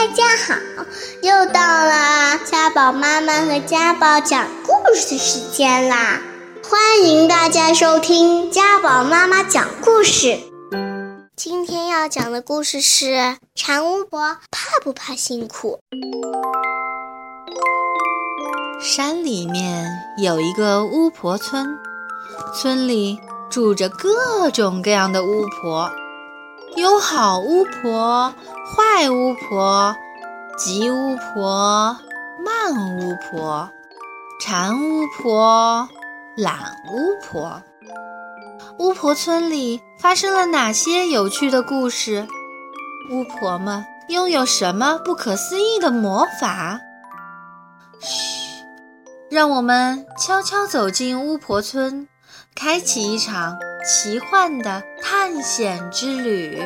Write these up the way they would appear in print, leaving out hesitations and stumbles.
大家好，又到了家宝妈妈和家宝讲故事时间啦！欢迎大家收听家宝妈妈讲故事。今天要讲的故事是馋巫婆怕不怕辛苦？ 山里面有一个巫婆村，村里住着各种各样的巫婆，有好巫婆、坏巫婆、急巫婆、慢巫婆、馋巫婆、懒巫婆。巫婆村里发生了哪些有趣的故事？巫婆们拥有什么不可思议的魔法？嘘，让我们悄悄走进巫婆村，开启一场奇幻的探险之旅。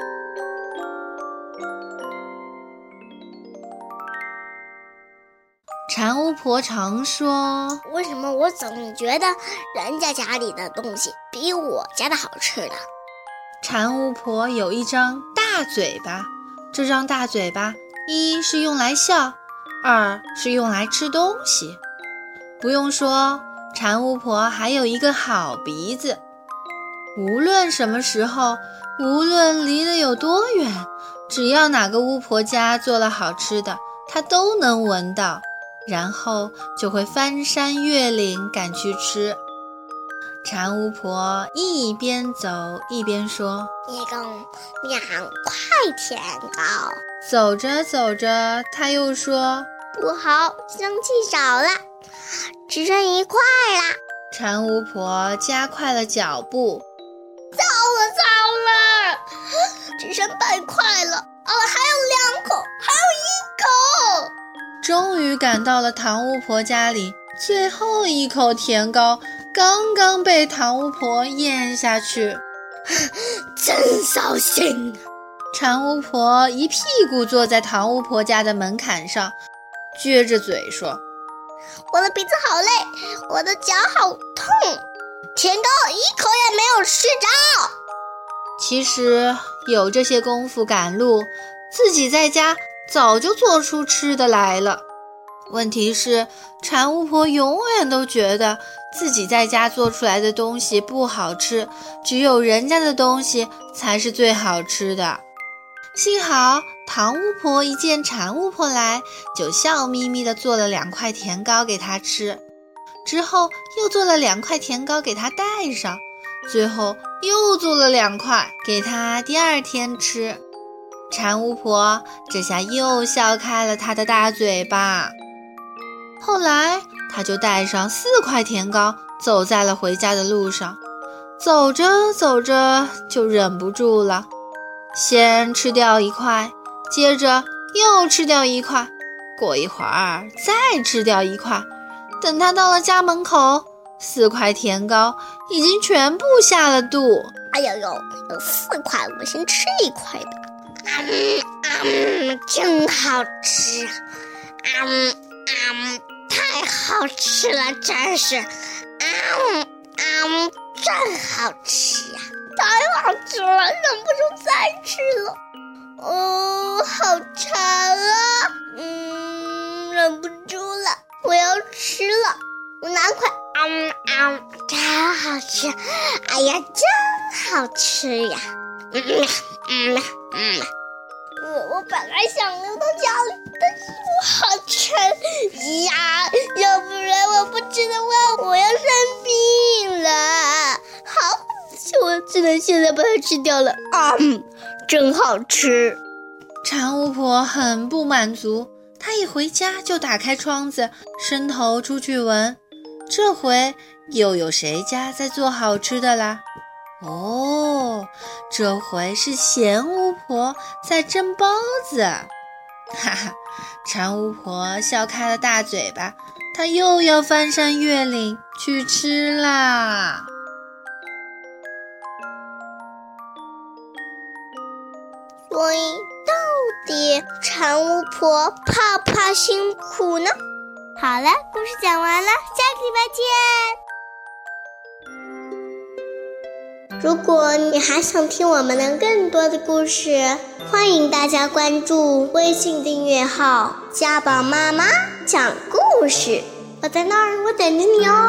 馋巫婆常说， 为什么我总觉得人家家里的东西比我家的好吃呢？ 馋巫婆有一张大嘴巴，这张大嘴巴一是用来笑，二是用来吃东西。不用说，馋巫婆还有一个好鼻子，无论什么时候，无论离得有多远，只要哪个巫婆家做了好吃的，她都能闻到，然后就会翻山越岭赶去吃。馋巫婆一边走一边说， 一共2块甜糕。 走着走着，她又说， 不好，香气少了，只剩1块啦。 馋巫婆加快了脚步， 糟了，只剩半块了，还有2口，还有1口。 终于赶到了糖巫婆家里，最后一口甜糕刚刚被糖巫婆咽下去， 真扫兴。 馋巫婆一屁股坐在糖巫婆家的门槛上，撅着嘴说， 我的鼻子好累，我的脚好痛，甜糕1口也没有吃着。 其实有这些功夫赶路，自己在家早就做出吃的来了。问题是，馋巫婆永远都觉得自己在家做出来的东西不好吃，只有人家的东西才是最好吃的。幸好糖巫婆一见馋巫婆来，就笑眯眯地做了2块甜糕给她吃，之后又做了2块甜糕给她带上，最后又做了2块给她第2天吃。馋巫婆这下又笑开了她的大嘴巴。后来她就带上4块甜糕走在了回家的路上，走着走着就忍不住了，先吃掉1块，接着又吃掉1块，过一会儿再吃掉1块。等她到了家门口，4块甜糕已经全部下了肚。 哎呦，有4块，我先吃1块吧。真好吃，太好吃了，真是，真好吃呀，太好吃了，忍不住再吃了。好馋啊，忍不住了，我要吃了。我拿块，真好吃，哎呀，真好吃呀，我本来想留到家里，但是我好馋呀，要不然我不吃的话，我要生病了。好，我只能现在把它吃掉了。真好吃。 馋巫婆很不满足，她一回家就打开窗子，伸头出去闻，这回又有谁家在做好吃的啦？这回是咸巫婆在蒸包子。哈哈，馋巫婆笑开了大嘴巴，她又要翻山越岭去吃啦。 所以到底馋巫婆怕不怕辛苦呢？好了，故事讲完了，下个礼拜见。 如果你还想听我们的更多的故事，欢迎大家关注微信订阅号家宝妈妈讲故事，我在那儿，我等着你哦。